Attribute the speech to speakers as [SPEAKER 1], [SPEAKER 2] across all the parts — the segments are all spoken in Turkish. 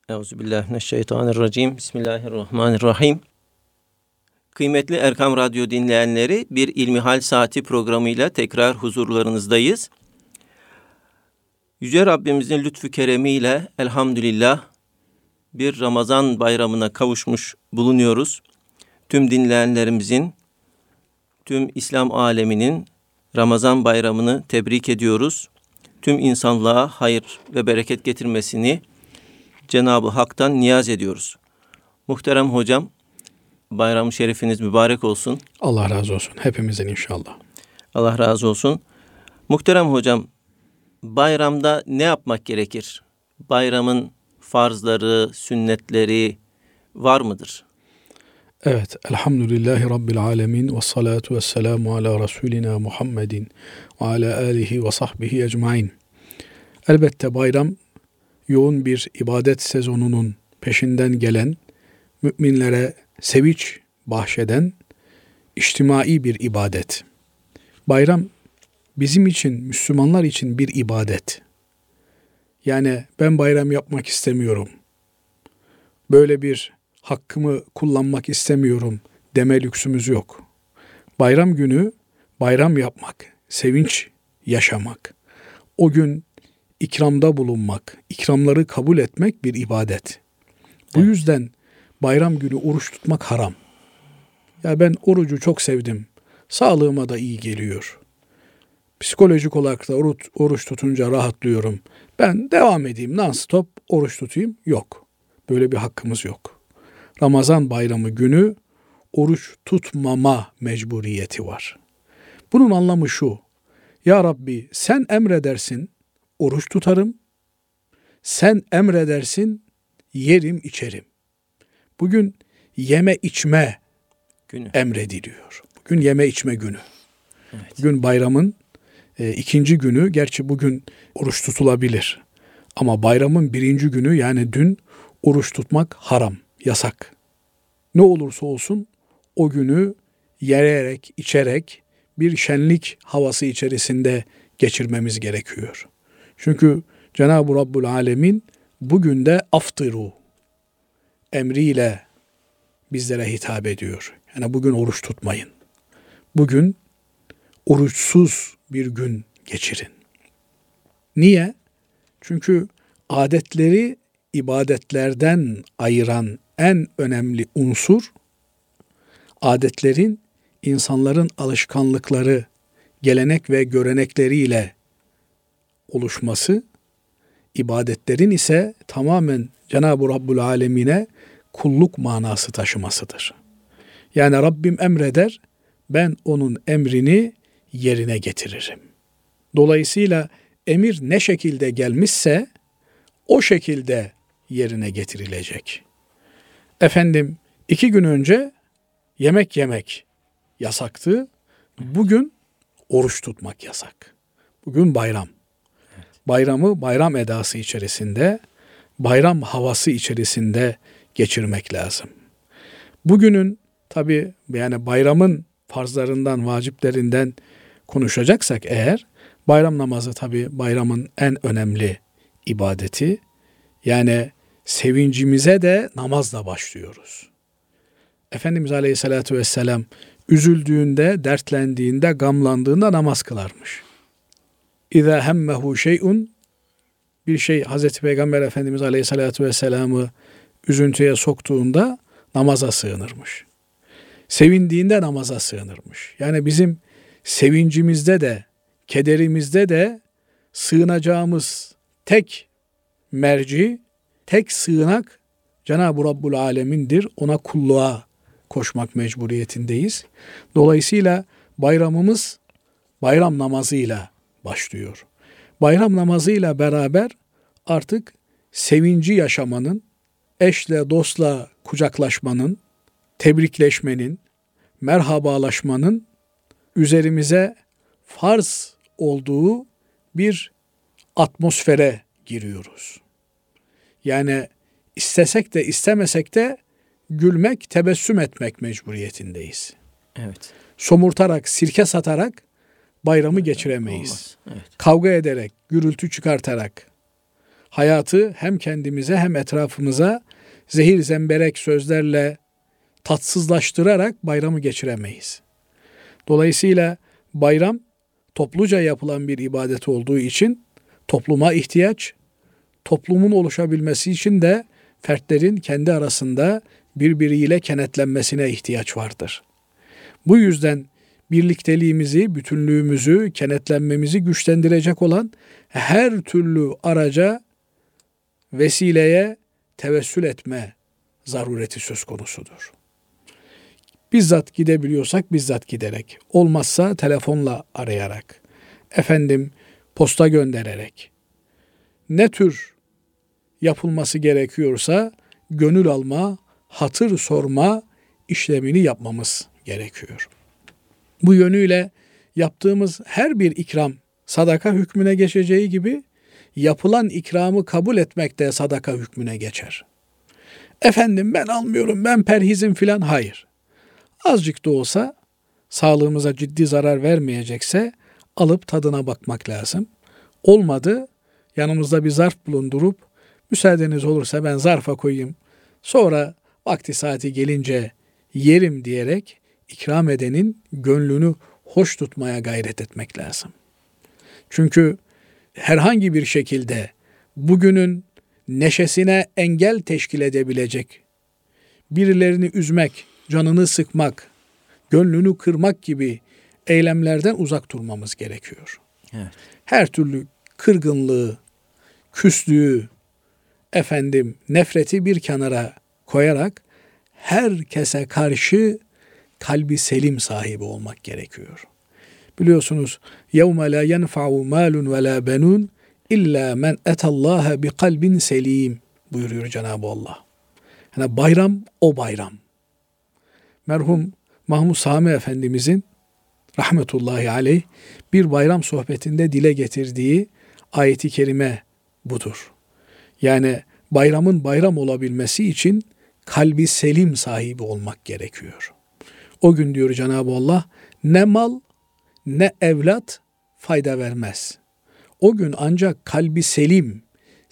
[SPEAKER 1] Euzubillahimineşşeytanirracim. Bismillahirrahmanirrahim. Kıymetli Erkam Radyo dinleyenleri, bir İlmihal Saati programıyla tekrar huzurlarınızdayız. Yüce Rabbimizin lütfu keremiyle elhamdülillah bir Ramazan bayramına kavuşmuş bulunuyoruz. Tüm dinleyenlerimizin, tüm İslam aleminin Ramazan bayramını tebrik ediyoruz. Tüm insanlığa hayır ve bereket getirmesini Cenab-ı Hak'tan niyaz ediyoruz. Muhterem hocam, bayram-ı şerifiniz mübarek olsun.
[SPEAKER 2] Allah razı olsun. Hepimizin inşallah.
[SPEAKER 1] Allah razı olsun. Muhterem hocam, bayramda ne yapmak gerekir? Bayramın farzları, sünnetleri var mıdır?
[SPEAKER 2] Evet. Elhamdülillahi Rabbil alemin. Ve salatu ve selamu ala Resulina Muhammedin ve ala alihi ve sahbihi ecmain. Elbette bayram yoğun bir ibadet sezonunun peşinden gelen, müminlere sevinç bahşeden içtimai bir ibadet. Bayram bizim için, Müslümanlar için bir ibadet. Yani ben bayram yapmak istemiyorum, böyle bir hakkımı kullanmak istemiyorum deme lüksümüz yok. Bayram günü bayram yapmak, sevinç yaşamak, o gün ikramda bulunmak, ikramları kabul etmek bir ibadet. Bu yüzden bayram günü oruç tutmak haram. Ya ben orucu çok sevdim, sağlığıma da iyi geliyor. Psikolojik olarak da oruç tutunca rahatlıyorum. Ben devam edeyim, non-stop oruç tutayım. Yok. Böyle bir hakkımız yok. Ramazan bayramı günü oruç tutmama mecburiyeti var. Bunun anlamı şu: Ya Rabbi, sen emredersin, oruç tutarım. Sen emredersin, yerim içerim. Bugün yeme içme günü emrediliyor. Bugün yeme içme günü. Evet. Bugün bayramın ikinci günü. Gerçi bugün oruç tutulabilir. Ama bayramın birinci günü, yani dün, oruç tutmak haram, yasak. Ne olursa olsun o günü yiyerek, içerek bir şenlik havası içerisinde geçirmemiz gerekiyor. Çünkü Cenab-ı Rabbul Alemin bugün de aftiru emriyle bizlere hitap ediyor. Yani bugün oruç tutmayın. Bugün oruçsuz bir gün geçirin. Niye? Çünkü adetleri ibadetlerden ayıran en önemli unsur, adetlerin insanların alışkanlıkları, gelenek ve görenekleriyle oluşması, ibadetlerin ise tamamen Cenab-ı Rabbul Alemine kulluk manası taşımasıdır. Yani Rabbim emreder, ben onun emrini yerine getiririm. Dolayısıyla emir ne şekilde gelmişse o şekilde yerine getirilecek. 2 gün önce yemek yemek yasaktı. Bugün oruç tutmak yasak. Bugün bayram. Bayramı bayram edası içerisinde, bayram havası içerisinde geçirmek lazım. Bugünün tabii yani bayramın farzlarından, vaciplerinden konuşacaksak eğer, bayram namazı tabii bayramın en önemli ibadeti. Yani sevincimize de namazla başlıyoruz. Efendimiz Aleyhisselatü Vesselam üzüldüğünde, dertlendiğinde, gamlandığında namaz kılarmış. İzâ hemmehu şey'un, bir şey Hazreti Peygamber Efendimiz Aleyhisselatü Vesselam'ı üzüntüye soktuğunda namaza sığınırmış. Sevindiğinde namaza sığınırmış. Yani bizim sevincimizde de, kederimizde de sığınacağımız tek merci, tek sığınak Cenab-ı Rabbul Alemin'dir. Ona kulluğa koşmak mecburiyetindeyiz. Dolayısıyla bayramımız bayram namazıyla başlıyor. Bayram namazıyla beraber artık sevinci yaşamanın, eşle dostla kucaklaşmanın, tebrikleşmenin, merhabalaşmanın üzerimize farz olduğu bir atmosfere giriyoruz. Yani istesek de istemesek de gülmek, tebessüm etmek mecburiyetindeyiz.
[SPEAKER 1] Evet.
[SPEAKER 2] Somurtarak, sirke satarak bayramı geçiremeyiz.
[SPEAKER 1] Evet.
[SPEAKER 2] Kavga ederek, gürültü çıkartarak, hayatı hem kendimize hem etrafımıza zehir zemberek sözlerle tatsızlaştırarak bayramı geçiremeyiz. Dolayısıyla bayram topluca yapılan bir ibadet olduğu için topluma ihtiyaç, toplumun oluşabilmesi için de fertlerin kendi arasında birbiriyle kenetlenmesine ihtiyaç vardır. Bu yüzden birlikteliğimizi, bütünlüğümüzü, kenetlenmemizi güçlendirecek olan her türlü araca, vesileye tevessül etme zarureti söz konusudur. Bizzat gidebiliyorsak bizzat giderek, olmazsa telefonla arayarak, posta göndererek, ne tür yapılması gerekiyorsa gönül alma, hatır sorma işlemini yapmamız gerekiyor. Bu yönüyle yaptığımız her bir ikram sadaka hükmüne geçeceği gibi yapılan ikramı kabul etmek de sadaka hükmüne geçer. Ben almıyorum, ben perhizim filan, hayır. Azıcık da olsa sağlığımıza ciddi zarar vermeyecekse alıp tadına bakmak lazım. Olmadı, yanımızda bir zarf bulundurup müsaadeniz olursa ben zarfa koyayım, sonra vakti saati gelince yerim diyerek ikram edenin gönlünü hoş tutmaya gayret etmek lazım. Çünkü herhangi bir şekilde bugünün neşesine engel teşkil edebilecek, birilerini üzmek, canını sıkmak, gönlünü kırmak gibi eylemlerden uzak durmamız gerekiyor.
[SPEAKER 1] Evet.
[SPEAKER 2] Her türlü kırgınlığı, küslüğü, nefreti bir kenara koyarak herkese karşı kalbi selim sahibi olmak gerekiyor. Biliyorsunuz, يَوْمَ لَا يَنْفَعُ مَالٌ وَلَا بَنُونَ اِلَّا مَنْ اَتَى اللّٰهَ بِقَلْبٍ سَلِيمٍ buyuruyor Cenab-ı Allah. Yani bayram o bayram. Merhum Mahmud Sami Efendimizin rahmetullahi aleyh bir bayram sohbetinde dile getirdiği ayeti kerime budur. Yani bayramın bayram olabilmesi için kalbi selim sahibi olmak gerekiyor. O gün diyor Cenab-ı Allah, ne mal ne evlat fayda vermez. O gün ancak kalbi selim,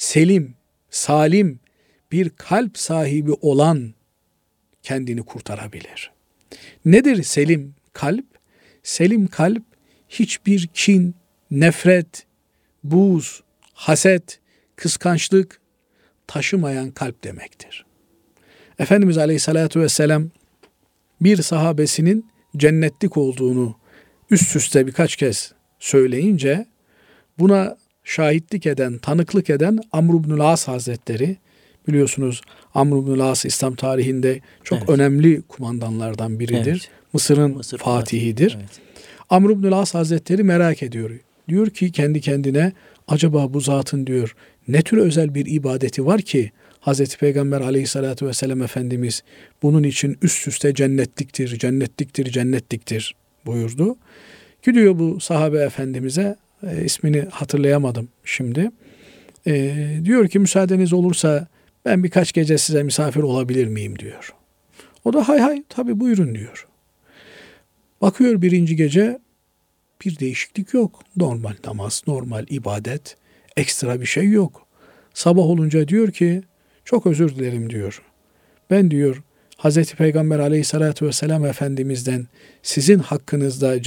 [SPEAKER 2] salim bir kalp sahibi olan kendini kurtarabilir. Nedir selim kalp? Selim kalp hiçbir kin, nefret, buğz, haset, kıskançlık taşımayan kalp demektir. Efendimiz Aleyhisselatü Vesselam bir sahabesinin cennetlik olduğunu üst üste birkaç kez söyleyince buna şahitlik eden, tanıklık eden Amr ibn As Hazretleri, biliyorsunuz Amr ibn As İslam tarihinde çok önemli kumandanlardan biridir. Evet. Mısır'ın fatihidir. Evet. Amr ibn As Hazretleri merak ediyor. Diyor ki kendi kendine, acaba bu zatın diyor ne tür özel bir ibadeti var ki Hazreti Peygamber Aleyhisselatü Vesselam Efendimiz bunun için üst üste cennetliktir buyurdu. Gidiyor bu sahabe efendimize, ismini hatırlayamadım şimdi. Diyor ki müsaadeniz olursa ben birkaç gece size misafir olabilir miyim diyor. O da hay tabii buyurun diyor. Bakıyor birinci gece bir değişiklik yok. Normal namaz, normal ibadet, ekstra bir şey yok. Sabah olunca diyor ki çok özür dilerim diyor. Ben diyor Hazreti Peygamber Aleyhisselatü Vesselam Efendimiz'den sizin hakkınızda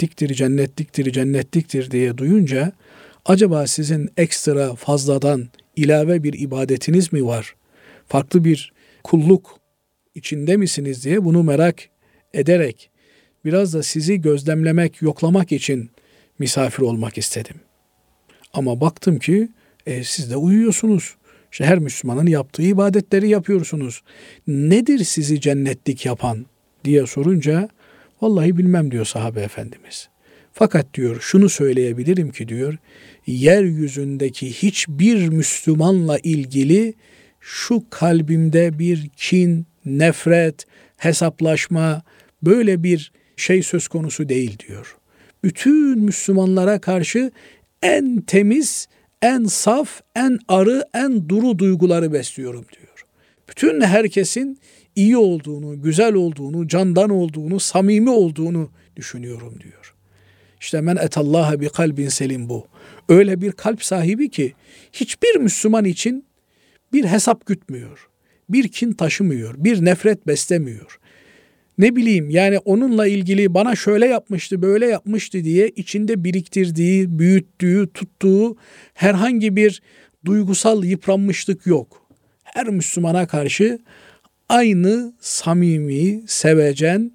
[SPEAKER 2] cennetliktir diye duyunca acaba sizin ekstra fazladan ilave bir ibadetiniz mi var? Farklı bir kulluk içinde misiniz diye bunu merak ederek biraz da sizi gözlemlemek, yoklamak için misafir olmak istedim. Ama baktım ki siz de uyuyorsunuz. İşte her Müslümanın yaptığı ibadetleri yapıyorsunuz. Nedir sizi cennetlik yapan diye sorunca vallahi bilmem diyor sahabe efendimiz. Fakat diyor şunu söyleyebilirim ki diyor yeryüzündeki hiçbir Müslümanla ilgili şu kalbimde bir kin, nefret, hesaplaşma böyle bir şey söz konusu değil diyor. Bütün Müslümanlara karşı en temiz, en saf, en arı, en duru duyguları besliyorum diyor. Bütün herkesin iyi olduğunu, güzel olduğunu, candan olduğunu, samimi olduğunu düşünüyorum diyor. İşte men etallaha bi kalbin selim bu. Öyle bir kalp sahibi ki hiçbir Müslüman için bir hesap gütmüyor. Bir kin taşımıyor, bir nefret beslemiyor. Ne bileyim yani onunla ilgili bana şöyle yapmıştı, böyle yapmıştı diye içinde biriktirdiği, büyüttüğü, tuttuğu herhangi bir duygusal yıpranmışlık yok. Her Müslümana karşı aynı samimi, sevecen,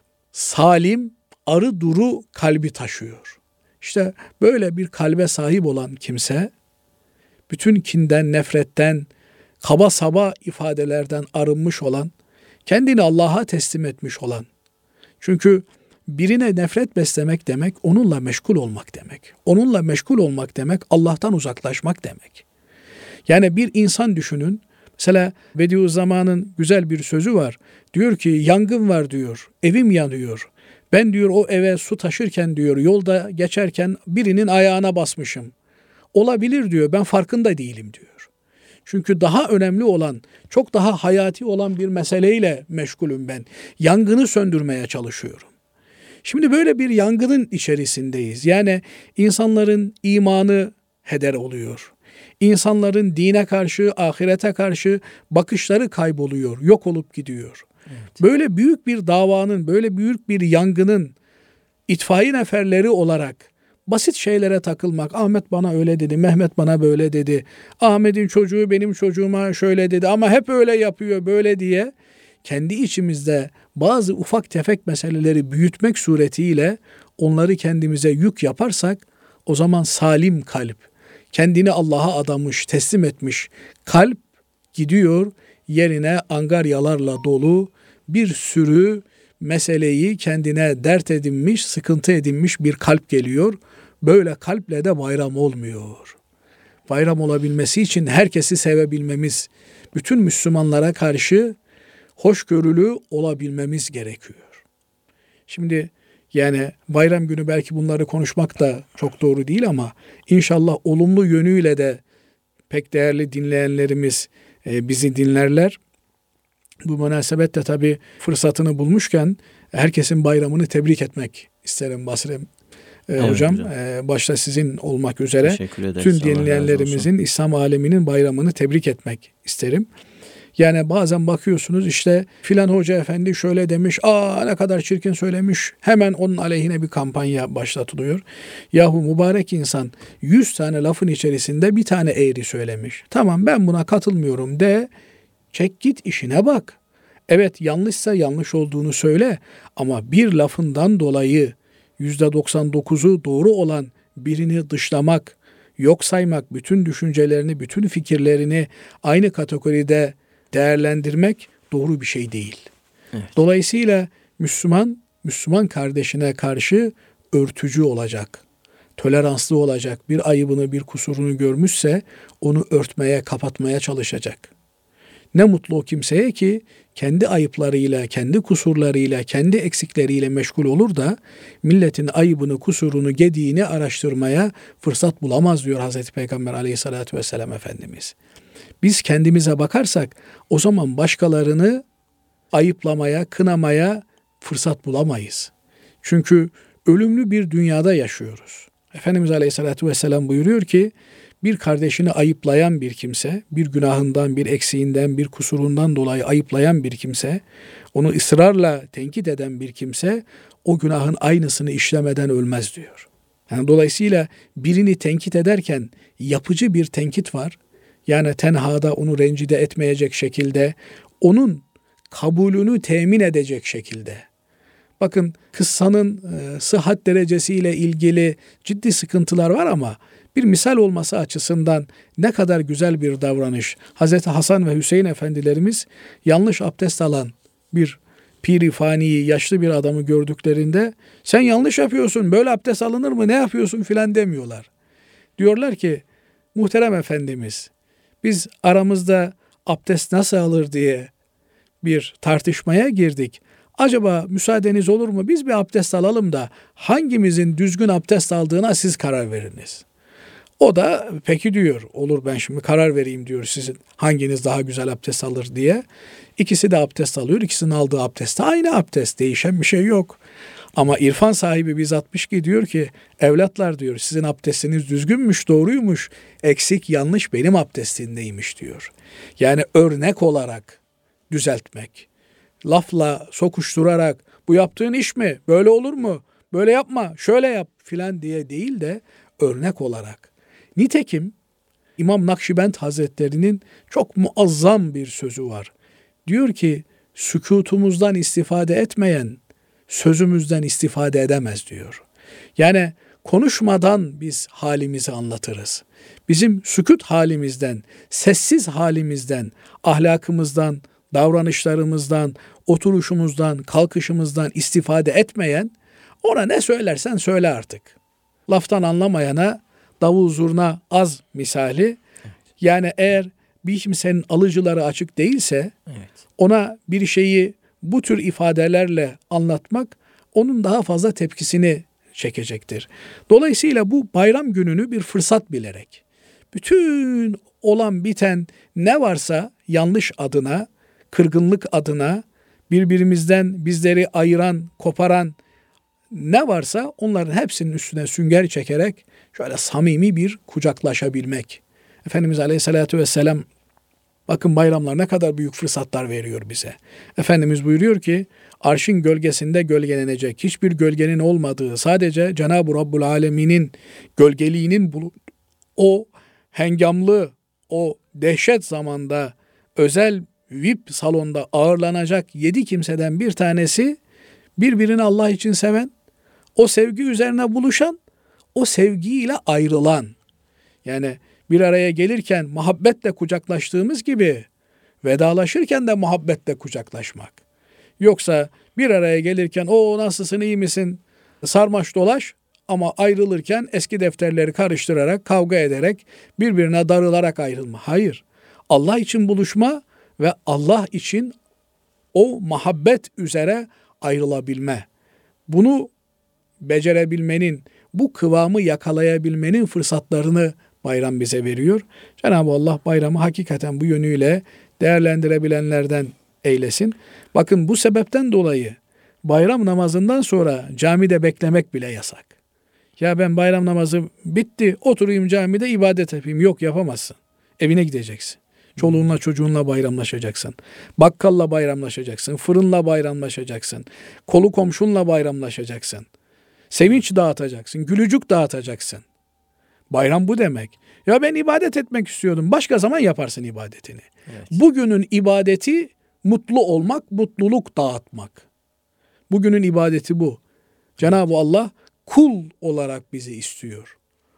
[SPEAKER 2] salim, arı duru kalbi taşıyor. İşte böyle bir kalbe sahip olan kimse, bütün kinden, nefretten, kaba saba ifadelerden arınmış olan, kendini Allah'a teslim etmiş olan. Çünkü birine nefret beslemek demek, onunla meşgul olmak demek. Onunla meşgul olmak demek, Allah'tan uzaklaşmak demek. Yani bir insan düşünün, mesela Bediüzzaman'ın güzel bir sözü var. Diyor ki, yangın var diyor, evim yanıyor. Ben diyor o eve su taşırken diyor, yolda geçerken birinin ayağına basmışım. Olabilir diyor, ben farkında değilim diyor. Çünkü daha önemli olan, çok daha hayati olan bir meseleyle meşgulüm ben. Yangını söndürmeye çalışıyorum. Şimdi böyle bir yangının içerisindeyiz. Yani insanların imanı heder oluyor. İnsanların dine karşı, ahirete karşı bakışları kayboluyor, yok olup gidiyor. Evet. Böyle büyük bir davanın, böyle büyük bir yangının itfaiye neferleri olarak basit şeylere takılmak, Ahmet bana öyle dedi, Mehmet bana böyle dedi, Ahmet'in çocuğu benim çocuğuma şöyle dedi ama hep öyle yapıyor böyle diye kendi içimizde bazı ufak tefek meseleleri büyütmek suretiyle onları kendimize yük yaparsak o zaman salim kalp, kendini Allah'a adamış, teslim etmiş kalp gidiyor, yerine angaryalarla dolu bir sürü meseleyi kendine dert edinmiş, sıkıntı edinmiş bir kalp geliyor. Böyle kalple de bayram olmuyor. Bayram olabilmesi için herkesi sevebilmemiz, bütün Müslümanlara karşı hoşgörülü olabilmemiz gerekiyor. Şimdi yani bayram günü belki bunları konuşmak da çok doğru değil ama inşallah olumlu yönüyle de pek değerli dinleyenlerimiz bizi dinlerler. Bu münasebetle tabii fırsatını bulmuşken herkesin bayramını tebrik etmek isterim Basri evet, hocam. Başta sizin olmak üzere tüm dinleyenlerimizin, İslam aleminin bayramını tebrik etmek isterim. Yani bazen bakıyorsunuz işte filan hoca efendi şöyle demiş, ne kadar çirkin söylemiş, hemen onun aleyhine bir kampanya başlatılıyor. Yahu mübarek insan 100 tane lafın içerisinde bir tane eğri söylemiş. Tamam ben buna katılmıyorum de, çek git işine bak. Evet yanlışsa yanlış olduğunu söyle ama bir lafından dolayı %99'u doğru olan birini dışlamak, yok saymak, bütün düşüncelerini, bütün fikirlerini aynı kategoride değerlendirmek doğru bir şey değil. Evet. Dolayısıyla Müslüman kardeşine karşı örtücü olacak, toleranslı olacak, bir ayıbını, bir kusurunu görmüşse onu örtmeye, kapatmaya çalışacak. Ne mutlu o kimseye ki kendi ayıplarıyla, kendi kusurlarıyla, kendi eksikleriyle meşgul olur da milletin ayıbını, kusurunu, gediğini araştırmaya fırsat bulamaz diyor Hazreti Peygamber aleyhissalatü vesselam Efendimiz. Biz kendimize bakarsak o zaman başkalarını ayıplamaya, kınamaya fırsat bulamayız. Çünkü ölümlü bir dünyada yaşıyoruz. Efendimiz aleyhissalatü vesselam buyuruyor ki bir kardeşini ayıplayan bir kimse, bir günahından, bir eksiğinden, bir kusurundan dolayı ayıplayan bir kimse, onu ısrarla tenkit eden bir kimse o günahın aynısını işlemeden ölmez diyor. Yani dolayısıyla birini tenkit ederken yapıcı bir tenkit var. Yani tenhada onu rencide etmeyecek şekilde, onun kabulünü temin edecek şekilde. Bakın kıssanın sıhhat derecesiyle ilgili ciddi sıkıntılar var ama bir misal olması açısından ne kadar güzel bir davranış. Hazreti Hasan ve Hüseyin efendilerimiz yanlış abdest alan bir piri faniyi, yaşlı bir adamı gördüklerinde sen yanlış yapıyorsun, böyle abdest alınır mı, ne yapıyorsun filan demiyorlar. Diyorlar ki muhterem efendimiz, biz aramızda abdest nasıl alır diye bir tartışmaya girdik. Acaba müsaadeniz olur mu? Biz bir abdest alalım da hangimizin düzgün abdest aldığına siz karar veriniz. O da peki diyor. Olur ben şimdi karar vereyim diyor sizin hanginiz daha güzel abdest alır diye. İkisi de abdest alıyor. İkisinin aldığı abdest aynı abdest. Değişen bir şey yok. Ama irfan sahibi bizzat ki diyor ki evlatlar diyor sizin abdestiniz düzgünmüş, doğruymuş, eksik yanlış benim abdestimdeymiş diyor. Yani örnek olarak düzeltmek, lafla sokuşturarak bu yaptığın iş mi, böyle olur mu, böyle yapma, şöyle yap filan diye değil de örnek olarak. Nitekim İmam Nakşibend Hazretleri'nin çok muazzam bir sözü var. Diyor ki sükutumuzdan istifade etmeyen sözümüzden istifade edemez diyor. Yani konuşmadan biz halimizi anlatırız. Bizim sükut halimizden, sessiz halimizden, ahlakımızdan, davranışlarımızdan, oturuşumuzdan, kalkışımızdan istifade etmeyen, ona ne söylersen söyle artık. Laftan anlamayana davul zurna az misali. Yani eğer bir kimsenin alıcıları açık değilse, ona bir şeyi bu tür ifadelerle anlatmak onun daha fazla tepkisini çekecektir. Dolayısıyla bu bayram gününü bir fırsat bilerek, bütün olan biten ne varsa yanlış adına, kırgınlık adına, birbirimizden bizleri ayıran, koparan ne varsa onların hepsinin üstüne sünger çekerek şöyle samimi bir kucaklaşabilmek. Efendimiz Aleyhisselatü Vesselam bakın bayramlar ne kadar büyük fırsatlar veriyor bize. Efendimiz buyuruyor ki arşın gölgesinde gölgelenecek hiçbir gölgenin olmadığı sadece Cenab-ı Rabbul Alemin'in gölgeliğinin o hengamlı, o dehşet zamanda özel VIP salonda ağırlanacak 7 kimseden bir tanesi birbirini Allah için seven, o sevgi üzerine buluşan, o sevgiyle ayrılan. Yani bir araya gelirken muhabbetle kucaklaştığımız gibi vedalaşırken de muhabbetle kucaklaşmak. Yoksa bir araya gelirken o nasılsın iyi misin sarmaş dolaş ama ayrılırken eski defterleri karıştırarak kavga ederek birbirine darılarak ayrılma. Hayır. Allah için buluşma ve Allah için o muhabbet üzere ayrılabilme. Bunu becerebilmenin, bu kıvamı yakalayabilmenin fırsatlarını bayram bize veriyor. Cenab-ı Allah bayramı hakikaten bu yönüyle değerlendirebilenlerden eylesin. Bakın bu sebepten dolayı bayram namazından sonra camide beklemek bile yasak. Ya ben bayram namazı bitti, oturayım camide ibadet yapayım. Yok, yapamazsın. Evine gideceksin. Çoluğunla çocuğunla bayramlaşacaksın. Bakkalla bayramlaşacaksın. Fırınla bayramlaşacaksın. Kolu komşunla bayramlaşacaksın. Sevinç dağıtacaksın. Gülücük dağıtacaksın. Bayram bu demek. Ya ben ibadet etmek istiyordum. Başka zaman yaparsın ibadetini. Evet. Bugünün ibadeti mutlu olmak, mutluluk dağıtmak. Bugünün ibadeti bu. Cenab-ı Allah kul olarak bizi istiyor.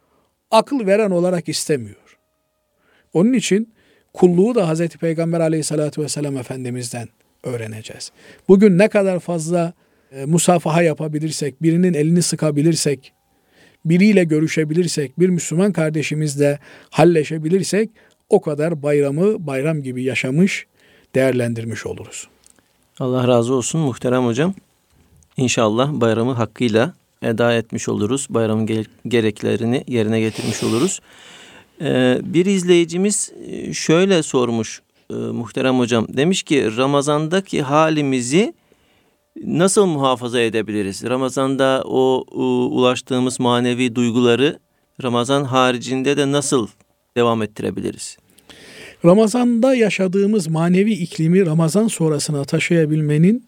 [SPEAKER 2] Akıl veren olarak istemiyor. Onun için kulluğu da Hazreti Peygamber Aleyhisselatü Vesselam Efendimiz'den öğreneceğiz. Bugün ne kadar fazla musafaha yapabilirsek, birinin elini sıkabilirsek, biriyle görüşebilirsek, bir Müslüman kardeşimizle halleşebilirsek o kadar bayramı bayram gibi yaşamış, değerlendirmiş oluruz.
[SPEAKER 1] Allah razı olsun muhterem hocam. İnşallah bayramı hakkıyla eda etmiş oluruz. Bayramın gereklerini yerine getirmiş oluruz. Bir izleyicimiz şöyle sormuş muhterem hocam. Demiş ki Ramazan'daki halimizi nasıl muhafaza edebiliriz? Ramazan'da o ulaştığımız manevi duyguları Ramazan haricinde de nasıl devam ettirebiliriz?
[SPEAKER 2] Ramazan'da yaşadığımız manevi iklimi Ramazan sonrasına taşıyabilmenin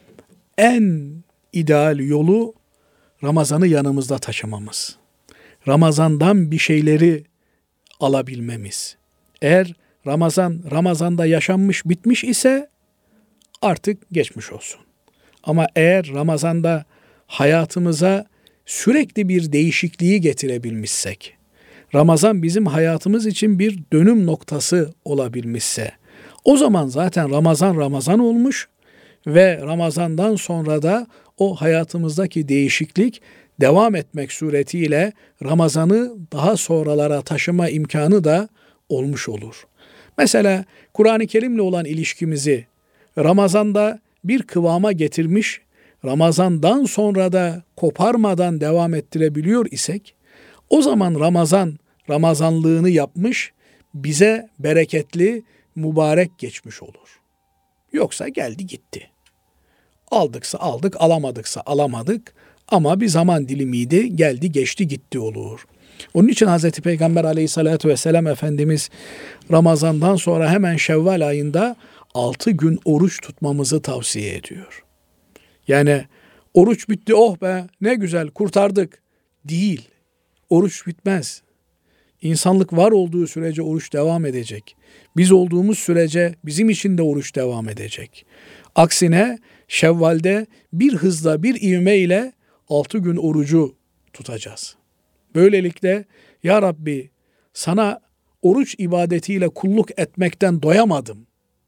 [SPEAKER 2] en ideal yolu Ramazan'ı yanımızda taşımamız. Ramazan'dan bir şeyleri alabilmemiz. Eğer Ramazan'da yaşanmış bitmiş ise artık geçmiş olsun. Ama eğer Ramazan'da hayatımıza sürekli bir değişikliği getirebilmişsek, Ramazan bizim hayatımız için bir dönüm noktası olabilmişse, o zaman zaten Ramazan olmuş ve Ramazan'dan sonra da o hayatımızdaki değişiklik devam etmek suretiyle Ramazan'ı daha sonralara taşıma imkanı da olmuş olur. Mesela Kur'an-ı Kerim'le olan ilişkimizi Ramazan'da bir kıvama getirmiş, Ramazan'dan sonra da koparmadan devam ettirebiliyor isek, o zaman Ramazanlığını yapmış, bize bereketli, mübarek geçmiş olur. Yoksa geldi gitti. Aldıksa aldık, alamadıksa alamadık. Ama bir zaman dilimiydi, geldi geçti gitti olur. Onun için Hazreti Peygamber aleyhissalatü vesselam Efendimiz Ramazan'dan sonra hemen Şevval ayında 6 gün oruç tutmamızı tavsiye ediyor. Yani oruç bitti, oh be ne güzel kurtardık. Değil. Oruç bitmez. İnsanlık var olduğu sürece oruç devam edecek. Biz olduğumuz sürece bizim için de oruç devam edecek. Aksine Şevval'de bir hızla, bir ivme ile 6 gün orucu tutacağız. Böylelikle ya Rabbi sana oruç ibadetiyle kulluk etmekten doyamadım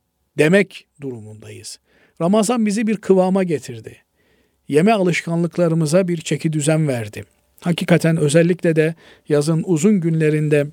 [SPEAKER 2] demek durumundayız. Ramazan bizi bir kıvama getirdi. Yeme alışkanlıklarımıza bir çeki düzen verdi. Hakikaten özellikle de yazın uzun günlerinde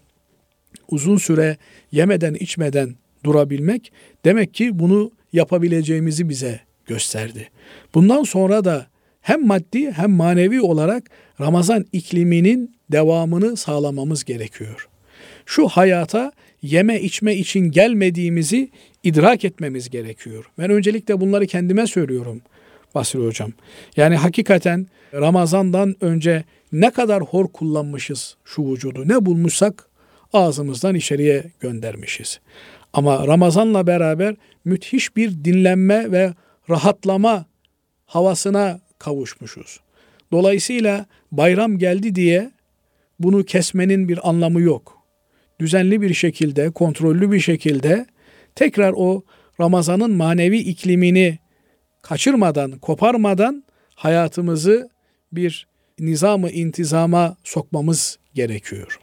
[SPEAKER 2] uzun süre yemeden içmeden durabilmek demek ki bunu yapabileceğimizi bize gösterdi. Bundan sonra da hem maddi hem manevi olarak Ramazan ikliminin devamını sağlamamız gerekiyor. Şu hayata yeme içme için gelmediğimizi idrak etmemiz gerekiyor. Ben öncelikle bunları kendime söylüyorum Basri Hocam. Yani hakikaten Ramazan'dan önce ne kadar hor kullanmışız şu vücudu. Ne bulmuşsak ağzımızdan içeriye göndermişiz. Ama Ramazan'la beraber müthiş bir dinlenme ve rahatlama havasına kavuşmuşuz. Dolayısıyla bayram geldi diye bunu kesmenin bir anlamı yok. Düzenli bir şekilde, kontrollü bir şekilde tekrar o Ramazan'ın manevi iklimini kaçırmadan, koparmadan hayatımızı bir nizam-ı intizama sokmamız gerekiyor.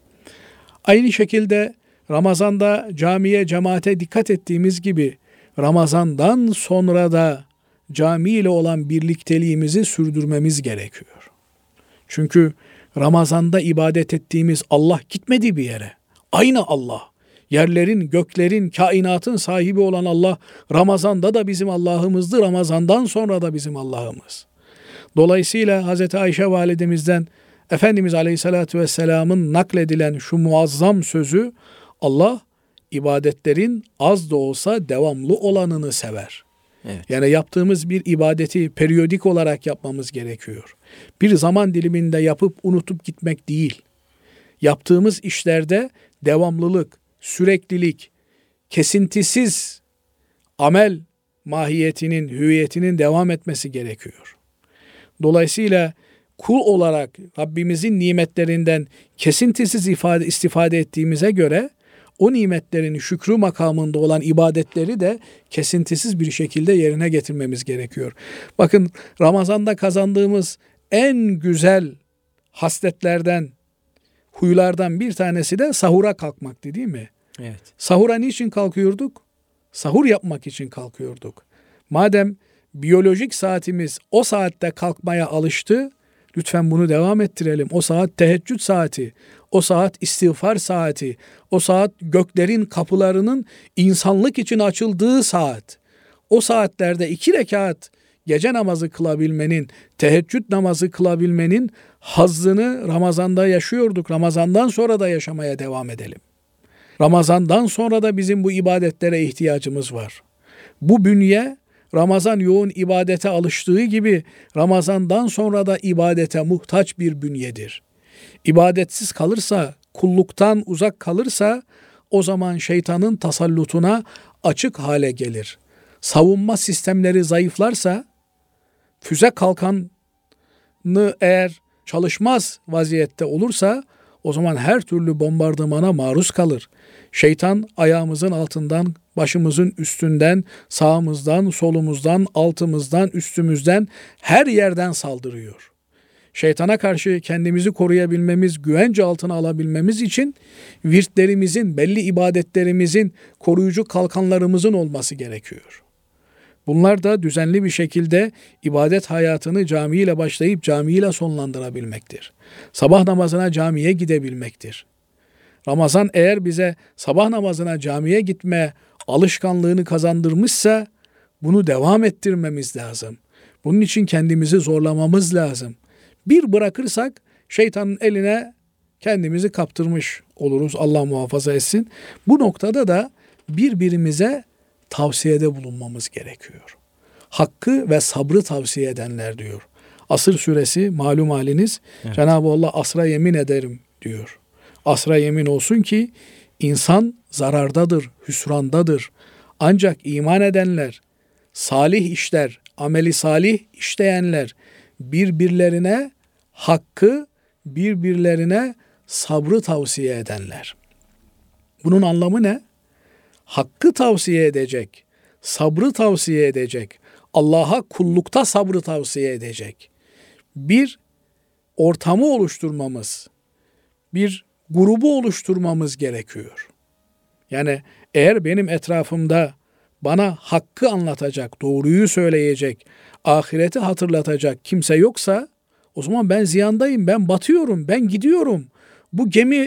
[SPEAKER 2] Aynı şekilde Ramazan'da camiye, cemaate dikkat ettiğimiz gibi Ramazan'dan sonra da cami ile olan birlikteliğimizi sürdürmemiz gerekiyor. Çünkü Ramazan'da ibadet ettiğimiz Allah gitmedi bir yere. Aynı Allah, yerlerin, göklerin, kainatın sahibi olan Allah Ramazan'da da bizim Allah'ımızdı, Ramazan'dan sonra da bizim Allah'ımız. Dolayısıyla Hz. Ayşe validemizden Efendimiz Aleyhisselatü Vesselam'ın nakledilen şu muazzam sözü, Allah ibadetlerin az da olsa devamlı olanını sever.
[SPEAKER 1] Evet.
[SPEAKER 2] Yani yaptığımız bir ibadeti periyodik olarak yapmamız gerekiyor. Bir zaman diliminde yapıp unutup gitmek değil. Yaptığımız işlerde devamlılık, süreklilik, kesintisiz amel mahiyetinin, hüviyetinin devam etmesi gerekiyor. Dolayısıyla kul olarak Rabbimizin nimetlerinden kesintisiz istifade ettiğimize göre o nimetlerin şükrü makamında olan ibadetleri de kesintisiz bir şekilde yerine getirmemiz gerekiyor. Bakın Ramazan'da kazandığımız en güzel hasletlerden, huylardan bir tanesi de sahura kalkmaktı değil mi?
[SPEAKER 1] Evet.
[SPEAKER 2] Sahura niçin kalkıyorduk? Sahur yapmak için kalkıyorduk. Madem biyolojik saatimiz o saatte kalkmaya alıştı, lütfen bunu devam ettirelim. O saat teheccüd saati, o saat istiğfar saati, o saat göklerin kapılarının insanlık için açıldığı saat. O saatlerde 2 rekat gece namazı kılabilmenin, teheccüd namazı kılabilmenin hazzını Ramazan'da yaşıyorduk. Ramazan'dan sonra da yaşamaya devam edelim. Ramazan'dan sonra da bizim bu ibadetlere ihtiyacımız var. Bu bünye Ramazan yoğun ibadete alıştığı gibi Ramazan'dan sonra da ibadete muhtaç bir bünyedir. İbadetsiz kalırsa, kulluktan uzak kalırsa o zaman şeytanın tasallutuna açık hale gelir. Savunma sistemleri zayıflarsa, füze kalkanı eğer çalışmaz vaziyette olursa o zaman her türlü bombardımana maruz kalır. Şeytan ayağımızın altından, başımızın üstünden, sağımızdan, solumuzdan, altımızdan, üstümüzden her yerden saldırıyor. Şeytana karşı kendimizi koruyabilmemiz, güvence altına alabilmemiz için virtlerimizin, belli ibadetlerimizin, koruyucu kalkanlarımızın olması gerekiyor. Bunlar da düzenli bir şekilde ibadet hayatını camiyle başlayıp camiyle sonlandırabilmektir. Sabah namazına camiye gidebilmektir. Ramazan eğer bize sabah namazına camiye gitme alışkanlığını kazandırmışsa bunu devam ettirmemiz lazım. Bunun için kendimizi zorlamamız lazım. Bir bırakırsak şeytanın eline kendimizi kaptırmış oluruz. Allah muhafaza etsin. Bu noktada da birbirimize tavsiyede bulunmamız gerekiyor. hakkı ve sabrı tavsiye edenler diyor. Asır suresi malum haliniz.
[SPEAKER 1] Evet.
[SPEAKER 2] Cenab-ı Allah asra yemin ederim diyor. Asra yemin olsun ki insan zarardadır, hüsrandadır. Ancak iman edenler, salih işler, ameli salih işleyenler birbirlerine hakkı, birbirlerine sabrı tavsiye edenler. Bunun anlamı ne? Hakkı tavsiye edecek, sabrı tavsiye edecek, Allah'a kullukta sabrı tavsiye edecek. Bir ortamı oluşturmamız, bir grubu oluşturmamız gerekiyor. Yani eğer benim etrafımda bana hakkı anlatacak, doğruyu söyleyecek, ahireti hatırlatacak kimse yoksa o zaman ben ziyandayım, ben batıyorum, ben gidiyorum. Bu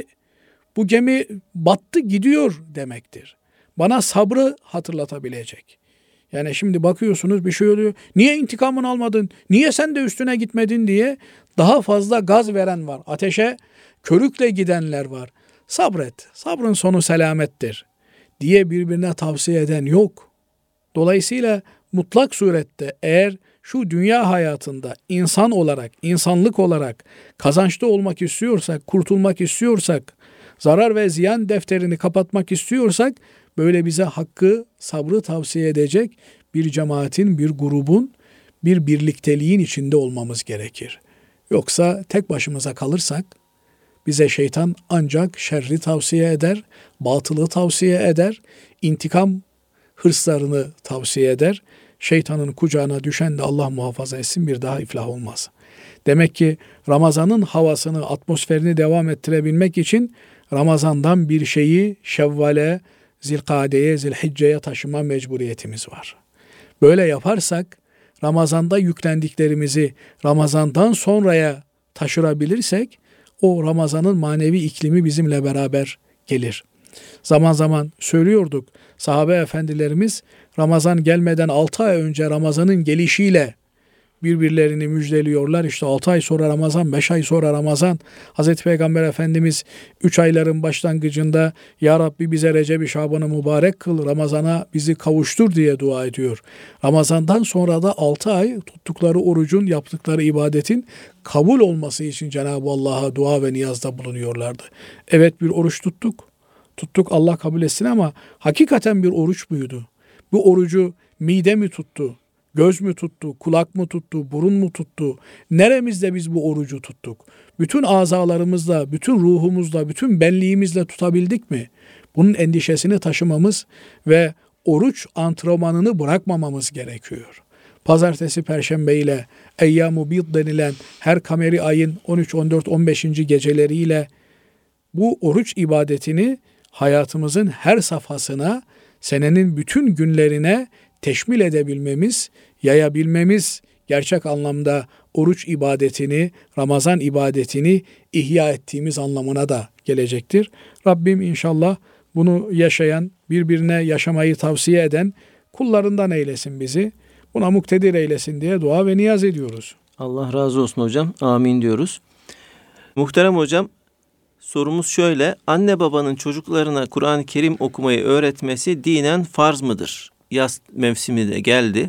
[SPEAKER 2] gemi battı gidiyor demektir. Bana sabrı hatırlatabilecek. Yani şimdi bakıyorsunuz bir şey oluyor. Niye intikamını almadın? Niye sen de üstüne gitmedin diye daha fazla gaz veren var. Ateşe körükle gidenler var. Sabret. Sabrın sonu selamettir diye birbirine tavsiye eden yok. Dolayısıyla mutlak surette eğer şu dünya hayatında insan olarak, insanlık olarak kazançlı olmak istiyorsak, kurtulmak istiyorsak, zarar ve ziyan defterini kapatmak istiyorsak, böyle bize hakkı, sabrı tavsiye edecek bir cemaatin, bir grubun, bir birlikteliğin içinde olmamız gerekir. Yoksa tek başımıza kalırsak, bize şeytan ancak şerri tavsiye eder, batılı tavsiye eder, intikam hırslarını tavsiye eder. Şeytanın kucağına düşen de Allah muhafaza etsin bir daha iflah olmaz. Demek ki Ramazan'ın havasını, atmosferini devam ettirebilmek için Ramazan'dan bir şeyi Şevval'e, Zilkade'ye, Zilhicce'ye taşıma mecburiyetimiz var. Böyle yaparsak Ramazan'da yüklendiklerimizi Ramazan'dan sonraya taşırabilirsek o Ramazan'ın manevi iklimi bizimle beraber gelir. Zaman zaman söylüyorduk, sahabe efendilerimiz Ramazan gelmeden 6 ay önce Ramazan'ın gelişiyle birbirlerini müjdeliyorlar. İşte 6 ay sonra Ramazan, 5 ay sonra Ramazan. Hazreti Peygamber Efendimiz 3 ayların başlangıcında Ya Rabbi bize Recep-i Şaban'ı mübarek kıl, Ramazan'a bizi kavuştur diye dua ediyor. Ramazan'dan sonra da 6 ay tuttukları orucun, yaptıkları ibadetin kabul olması için Cenab-ı Allah'a dua ve niyazda bulunuyorlardı. Evet bir oruç tuttuk. Tuttuk Allah kabul etsin ama hakikaten bir oruç muydu? Bu orucu mide mi tuttu? Göz mü tuttu, kulak mı tuttu, burun mu tuttu? Neremizde biz bu orucu tuttuk? Bütün azalarımızla, bütün ruhumuzla, bütün benliğimizle tutabildik mi? Bunun endişesini taşımamız ve oruç antrenmanını bırakmamamız gerekiyor. Pazartesi, Perşembe ile Eyyam-ı Bid denilen her kameri ayın 13, 14, 15. geceleriyle bu oruç ibadetini hayatımızın her safhasına, senenin bütün günlerine teşmil edebilmemiz, yayabilmemiz, gerçek anlamda oruç ibadetini, Ramazan ibadetini ihya ettiğimiz anlamına da gelecektir. Rabbim inşallah bunu yaşayan, birbirine yaşamayı tavsiye eden kullarından eylesin bizi. Buna muktedir eylesin diye dua ve niyaz ediyoruz.
[SPEAKER 1] Allah razı olsun hocam. Amin diyoruz. Muhterem hocam, sorumuz şöyle. Anne babanın çocuklarına Kur'an-ı Kerim okumayı öğretmesi dinen farz mıdır? Yaz mevsimi de geldi.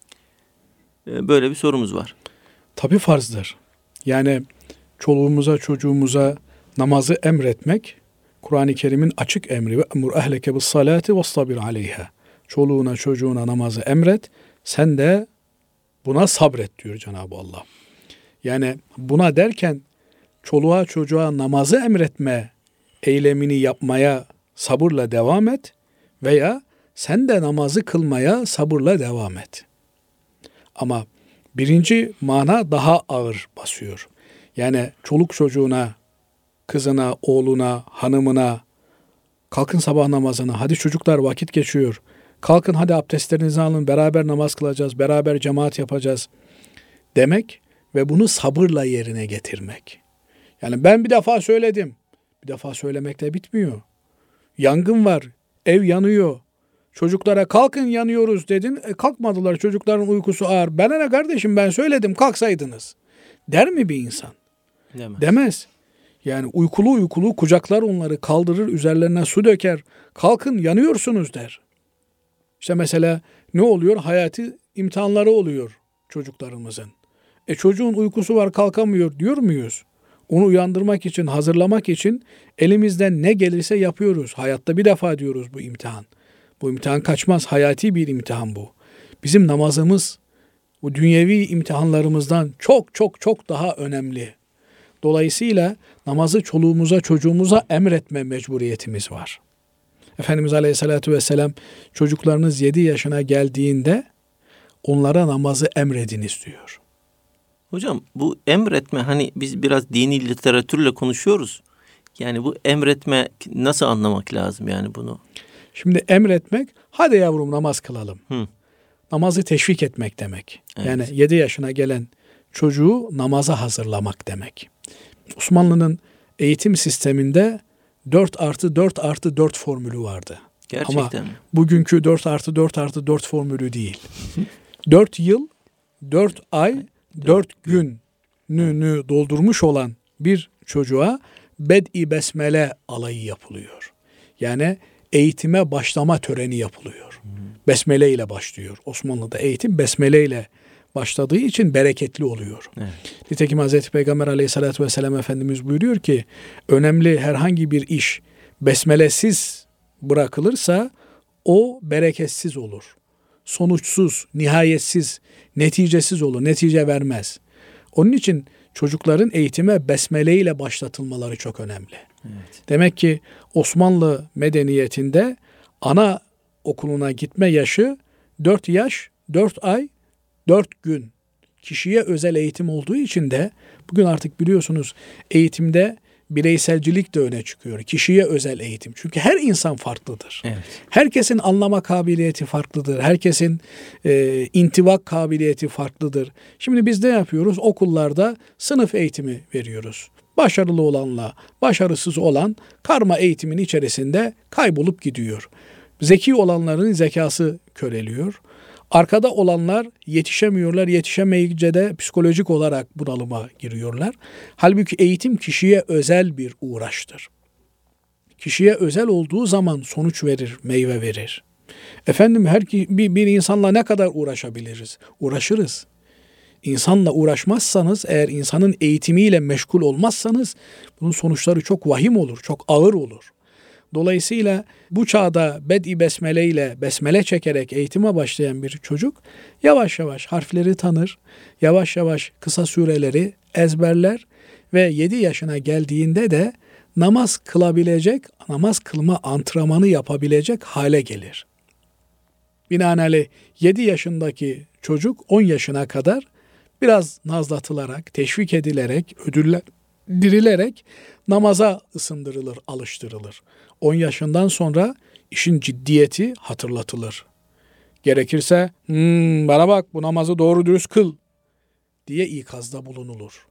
[SPEAKER 1] Böyle bir sorumuz var.
[SPEAKER 2] Tabii farzdır. Yani çoluğumuza, çocuğumuza namazı emretmek, Kur'an-ı Kerim'in açık emri. Ve emur ehleke bis salati vestabir aleyha. Çoluğuna, çocuğuna namazı emret, sen de buna sabret diyor Cenab-ı Allah. Yani buna derken çoluğa, çocuğa namazı emretme eylemini yapmaya sabırla devam et veya sen de namazı kılmaya sabırla devam et. Ama birinci mana daha ağır basıyor. Yani çoluk çocuğuna, kızına, oğluna, hanımına, kalkın sabah namazına, hadi çocuklar vakit geçiyor, kalkın hadi abdestlerinizi alın, beraber namaz kılacağız, beraber cemaat yapacağız demek ve bunu sabırla yerine getirmek. Yani ben bir defa söyledim, bir defa söylemekle bitmiyor. Yangın var, ev yanıyor. Çocuklara kalkın yanıyoruz dedin. Kalkmadılar, çocukların uykusu ağır. Bana ne kardeşim, ben söyledim kalksaydınız. Der mi bir insan? Demez. Yani uykulu kucaklar onları, kaldırır, üzerlerine su döker. Kalkın yanıyorsunuz der. İşte mesela ne oluyor? Hayati imtihanları oluyor çocuklarımızın. Çocuğun uykusu var, kalkamıyor diyor muyuz? Onu uyandırmak için, hazırlamak için elimizden ne gelirse yapıyoruz. Hayatta bir defa diyoruz bu imtihan. Bu imtihan kaçmaz. Hayati bir imtihan bu. Bizim namazımız bu dünyevi imtihanlarımızdan çok çok çok daha önemli. Dolayısıyla namazı çoluğumuza, çocuğumuza emretme mecburiyetimiz var. Efendimiz Aleyhisselatü Vesselam çocuklarınız 7 yaşına geldiğinde onlara namazı emrediniz diyor.
[SPEAKER 1] Hocam bu emretme, hani biz biraz dini literatürle konuşuyoruz. Yani bu emretme nasıl anlamak lazım yani bunu?
[SPEAKER 2] Şimdi emretmek, hadi yavrum namaz kılalım.
[SPEAKER 1] Hı.
[SPEAKER 2] Namazı teşvik etmek demek.
[SPEAKER 1] Evet.
[SPEAKER 2] Yani 7 yaşına gelen çocuğu namaza hazırlamak demek. Osmanlı'nın eğitim sisteminde 4+4+4 formülü vardı.
[SPEAKER 1] Gerçekten
[SPEAKER 2] Ama
[SPEAKER 1] mi?
[SPEAKER 2] bugünkü 4+4+4 formülü değil. 4 yıl, 4 ay, 4 gününü doldurmuş olan bir çocuğa bed-i besmele alayı yapılıyor. Yani eğitime başlama töreni yapılıyor. Besmele ile başlıyor. Osmanlı'da eğitim besmele ile başladığı için bereketli oluyor.
[SPEAKER 1] Evet.
[SPEAKER 2] Nitekim Hazreti Peygamber Aleyhisselatü Vesselam Efendimiz buyuruyor ki önemli herhangi bir iş besmelesiz bırakılırsa o bereketsiz olur. Sonuçsuz, nihayetsiz, neticesiz olur. Netice vermez. Onun için çocukların eğitime besmele ile başlatılmaları çok önemli.
[SPEAKER 1] Evet.
[SPEAKER 2] Demek ki Osmanlı medeniyetinde ana okuluna gitme yaşı 4 yaş, 4 ay, 4 gün. Kişiye özel eğitim olduğu için de bugün artık biliyorsunuz eğitimde bireyselcilik de öne çıkıyor. Kişiye özel eğitim. Çünkü her insan farklıdır.
[SPEAKER 1] Evet.
[SPEAKER 2] Herkesin anlama kabiliyeti farklıdır. Herkesin intibak kabiliyeti farklıdır. Şimdi biz ne yapıyoruz? Okullarda sınıf eğitimi veriyoruz. Başarılı olanla başarısız olan karma eğitimin içerisinde kaybolup gidiyor. Zeki olanların zekası köreliyor. Arkada olanlar yetişemiyorlar. Yetişemeyince de psikolojik olarak bunalıma giriyorlar. Halbuki eğitim kişiye özel bir uğraştır. Kişiye özel olduğu zaman sonuç verir, meyve verir. Efendim bir insanla ne kadar uğraşabiliriz? Uğraşırız. İnsanla uğraşmazsanız, eğer insanın eğitimiyle meşgul olmazsanız bunun sonuçları çok vahim olur, çok ağır olur. Dolayısıyla bu çağda bed-i besmele ile besmele çekerek eğitime başlayan bir çocuk yavaş yavaş harfleri tanır, yavaş yavaş kısa sureleri ezberler ve 7 yaşına geldiğinde de namaz kılabilecek, namaz kılma antrenmanı yapabilecek hale gelir. Binaenaleyh 7 yaşındaki çocuk 10 yaşına kadar biraz nazlatılarak, teşvik edilerek, ödüllendirilerek namaza ısındırılır, alıştırılır. 10 yaşından sonra işin ciddiyeti hatırlatılır. Gerekirse bana bak bu namazı doğru dürüst kıl diye ikazda bulunulur.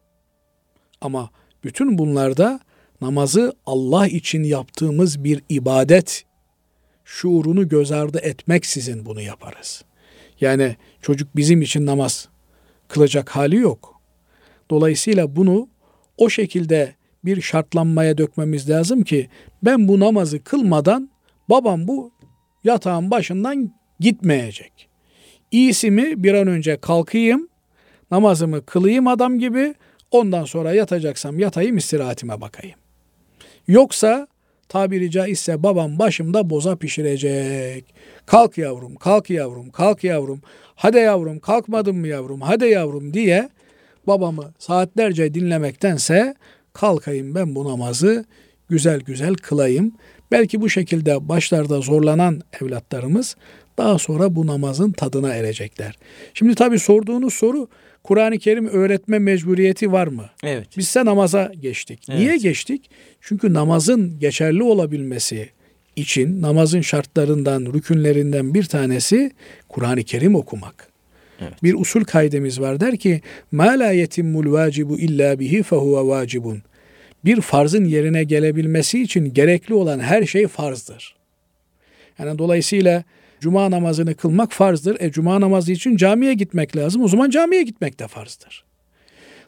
[SPEAKER 2] Ama bütün bunlarda namazı Allah için yaptığımız bir ibadet şuurunu göz ardı etmeksizin bunu yaparız. Yani çocuk bizim için namaz kılacak hali yok. Dolayısıyla bunu o şekilde bir şartlanmaya dökmemiz lazım ki ben bu namazı kılmadan babam bu yatağın başından gitmeyecek. İyisi mi bir an önce kalkayım, namazımı kılayım adam gibi, ondan sonra yatacaksam yatayım, istirahatime bakayım. Yoksa tabiri caizse babam başımda boza pişirecek. Kalk yavrum, kalk yavrum, kalk yavrum. Hadi yavrum, kalkmadın mı yavrum, hadi yavrum diye babamı saatlerce dinlemektense kalkayım ben bu namazı güzel güzel kılayım. Belki bu şekilde başlarda zorlanan evlatlarımız daha sonra bu namazın tadına erecekler. Şimdi tabii sorduğunuz soru, Kur'an-ı Kerim öğretme mecburiyeti var mı?
[SPEAKER 1] Evet.
[SPEAKER 2] Bizse namaza geçtik.
[SPEAKER 1] Evet.
[SPEAKER 2] Niye geçtik? Çünkü namazın geçerli olabilmesi için namazın şartlarından, rükünlerinden bir tanesi Kur'an-ı Kerim okumak.
[SPEAKER 1] Evet.
[SPEAKER 2] Bir usul kaidemiz var, der ki مَا لَا يَتِمُّ الْوَاجِبُ اِلَّا بِهِ فَهُوَ vacibun. Bir farzın yerine gelebilmesi için gerekli olan her şey farzdır. Yani dolayısıyla cuma namazını kılmak farzdır. Cuma namazı için camiye gitmek lazım. O zaman camiye gitmek de farzdır.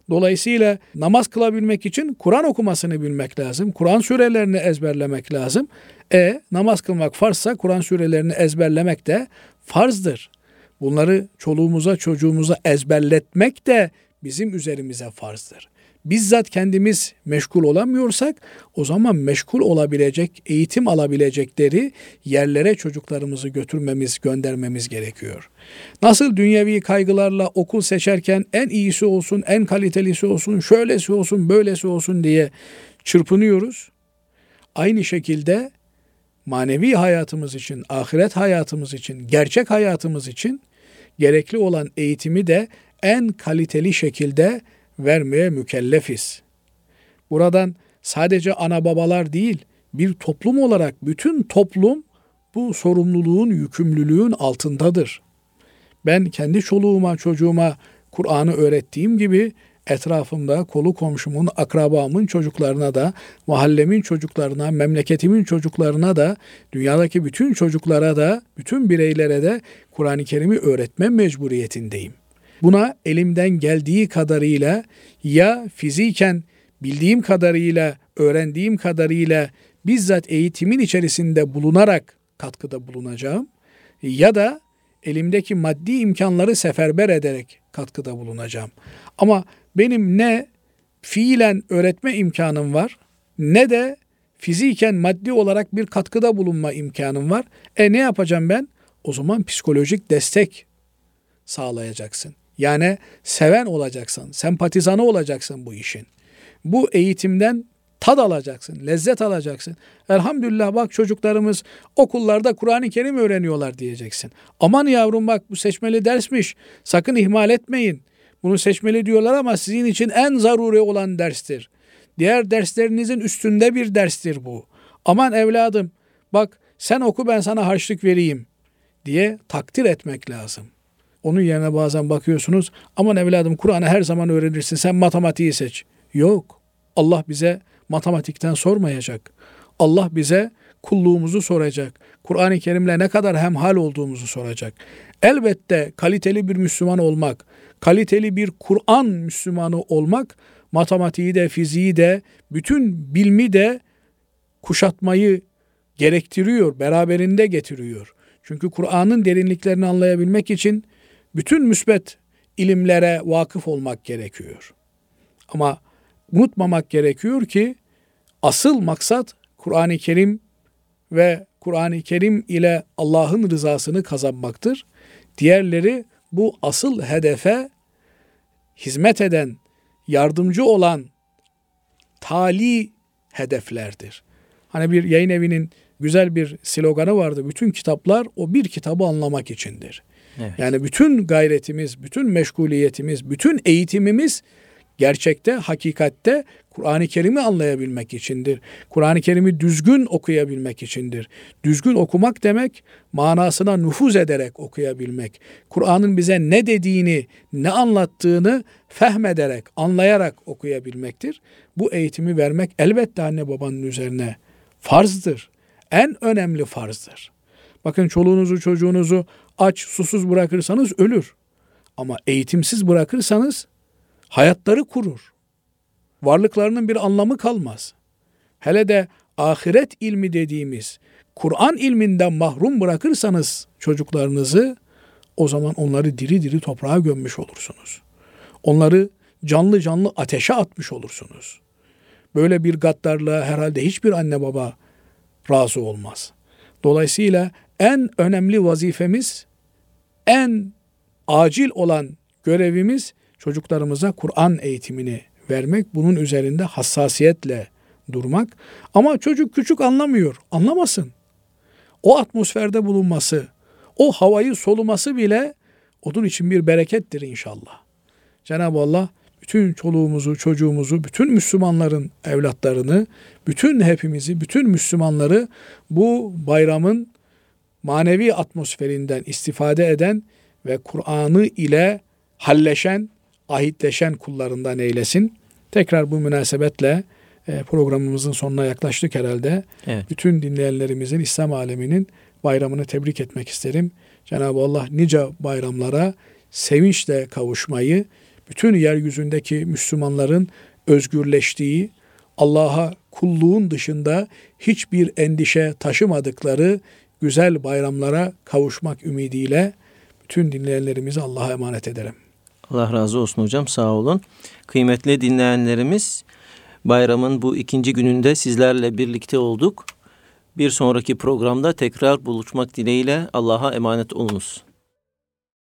[SPEAKER 2] Dolayısıyla namaz kılabilmek için Kur'an okumasını bilmek lazım. Kur'an surelerini ezberlemek lazım. Namaz kılmak farzsa Kur'an surelerini ezberlemek de farzdır. Bunları çoluğumuza çocuğumuza ezberletmek de bizim üzerimize farzdır. Bizzat kendimiz meşgul olamıyorsak o zaman meşgul olabilecek, eğitim alabilecekleri yerlere çocuklarımızı götürmemiz, göndermemiz gerekiyor. Nasıl dünyevi kaygılarla okul seçerken en iyisi olsun, en kalitelisi olsun, şöylesi olsun, böylesi olsun diye çırpınıyoruz. Aynı şekilde manevi hayatımız için, ahiret hayatımız için, gerçek hayatımız için gerekli olan eğitimi de en kaliteli şekilde vermeye mükellefiz. Buradan sadece ana babalar değil, bir toplum olarak bütün toplum bu sorumluluğun, yükümlülüğün altındadır. Ben kendi çoluğuma, çocuğuma Kur'an'ı öğrettiğim gibi etrafımda kolu komşumun, akrabamın çocuklarına da, mahallemin çocuklarına, memleketimin çocuklarına da, dünyadaki bütün çocuklara da, bütün bireylere de Kur'an-ı Kerim'i öğretme mecburiyetindeyim. Buna elimden geldiği kadarıyla ya fiziken bildiğim kadarıyla, öğrendiğim kadarıyla bizzat eğitimin içerisinde bulunarak katkıda bulunacağım ya da elimdeki maddi imkanları seferber ederek katkıda bulunacağım. Ama benim ne fiilen öğretme imkanım var ne de fiziken maddi olarak bir katkıda bulunma imkanım var. Ne yapacağım ben? O zaman psikolojik destek sağlayacaksın. Yani seven olacaksın, sempatizanı olacaksın bu işin. Bu eğitimden tad alacaksın, lezzet alacaksın. Elhamdülillah bak çocuklarımız okullarda Kur'an-ı Kerim öğreniyorlar diyeceksin. Aman yavrum bak bu seçmeli dersmiş, sakın ihmal etmeyin. Bunu seçmeli diyorlar ama sizin için en zaruri olan derstir. Diğer derslerinizin üstünde bir derstir bu. Aman evladım bak sen oku ben sana harçlık vereyim diye takdir etmek lazım. Onun yerine bazen bakıyorsunuz aman evladım Kur'an'ı her zaman öğrenirsin sen matematiği seç. Yok. Allah bize matematikten sormayacak. Allah bize kulluğumuzu soracak. Kur'an-ı Kerim'le ne kadar hemhal olduğumuzu soracak. Elbette kaliteli bir Müslüman olmak, kaliteli bir Kur'an Müslümanı olmak, matematiği de, fiziği de, bütün bilmi de kuşatmayı gerektiriyor, beraberinde getiriyor. Çünkü Kur'an'ın derinliklerini anlayabilmek için bütün müsbet ilimlere vakıf olmak gerekiyor. Ama unutmamak gerekiyor ki asıl maksat Kur'an-ı Kerim ve Kur'an-ı Kerim ile Allah'ın rızasını kazanmaktır. Diğerleri bu asıl hedefe hizmet eden, yardımcı olan tali hedeflerdir. Hani bir yayın evinin güzel bir sloganı vardı. Bütün kitaplar o bir kitabı anlamak içindir. Evet. Yani bütün gayretimiz, bütün meşguliyetimiz, bütün eğitimimiz gerçekte, hakikatte Kur'an-ı Kerim'i anlayabilmek içindir. Kur'an-ı Kerim'i düzgün okuyabilmek içindir. Düzgün okumak demek, manasına nüfuz ederek okuyabilmek. Kur'an'ın bize ne dediğini, ne anlattığını fehmederek, anlayarak okuyabilmektir. Bu eğitimi vermek elbette anne babanın üzerine farzdır. En önemli farzdır. Bakın çoluğunuzu, çocuğunuzu aç, susuz bırakırsanız ölür. Ama eğitimsiz bırakırsanız hayatları kurur. Varlıklarının bir anlamı kalmaz. Hele de ahiret ilmi dediğimiz Kur'an ilminden mahrum bırakırsanız çocuklarınızı o zaman onları diri diri toprağa gömmüş olursunuz. Onları canlı canlı ateşe atmış olursunuz. Böyle bir gaddarlığa herhalde hiçbir anne baba razı olmaz. Dolayısıyla en önemli vazifemiz, en acil olan görevimiz çocuklarımıza Kur'an eğitimini vermek, bunun üzerinde hassasiyetle durmak. Ama çocuk küçük anlamıyor, anlamasın. O atmosferde bulunması, o havayı soluması bile onun için bir berekettir inşallah. Cenab-ı Allah bütün çoluğumuzu, çocuğumuzu, bütün Müslümanların evlatlarını, bütün hepimizi, bütün Müslümanları bu bayramın manevi atmosferinden istifade eden ve Kur'an'ı ile halleşen, ahitleşen kullarından eylesin. Tekrar bu münasebetle programımızın sonuna yaklaştık herhalde. Evet. Bütün dinleyenlerimizin, İslam aleminin bayramını tebrik etmek isterim. Cenab-ı Allah nice bayramlara sevinçle kavuşmayı, bütün yeryüzündeki Müslümanların özgürleştiği, Allah'a kulluğun dışında hiçbir endişe taşımadıkları güzel bayramlara kavuşmak ümidiyle bütün dinleyenlerimizi Allah'a emanet edelim.
[SPEAKER 1] Allah razı olsun hocam, sağ olun. Kıymetli dinleyenlerimiz, bayramın bu ikinci gününde sizlerle birlikte olduk. Bir sonraki programda tekrar buluşmak dileğiyle Allah'a emanet olunuz.